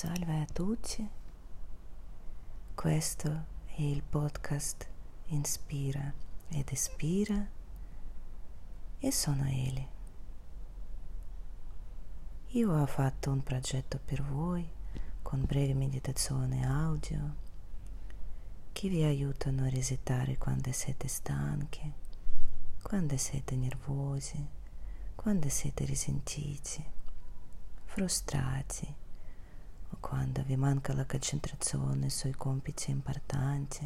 Salve a tutti, questo è il podcast Inspira ed Espira e sono Eli. Io ho fatto un progetto per voi con brevi meditazioni audio che vi aiutano a resettare quando siete stanchi, quando siete nervosi, quando siete risentiti, frustrati o quando vi manca la concentrazione sui compiti importanti.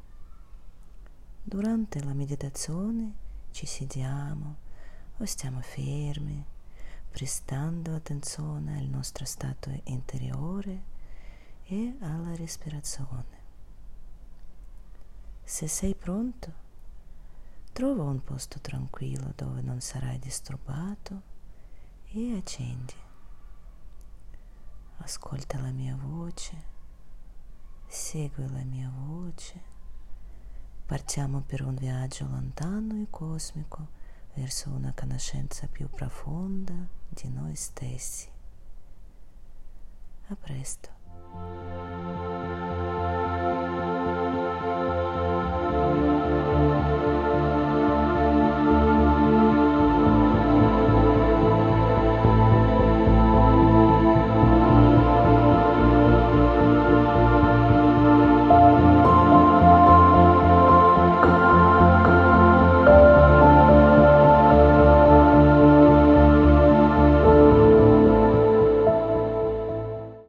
Durante la meditazione ci sediamo o stiamo fermi, prestando attenzione al nostro stato interiore e alla respirazione. Se sei pronto, trova un posto tranquillo dove non sarai disturbato e accendi. Ascolta la mia voce, segui la mia voce. Partiamo per un viaggio lontano e cosmico verso una conoscenza più profonda di noi stessi. A presto.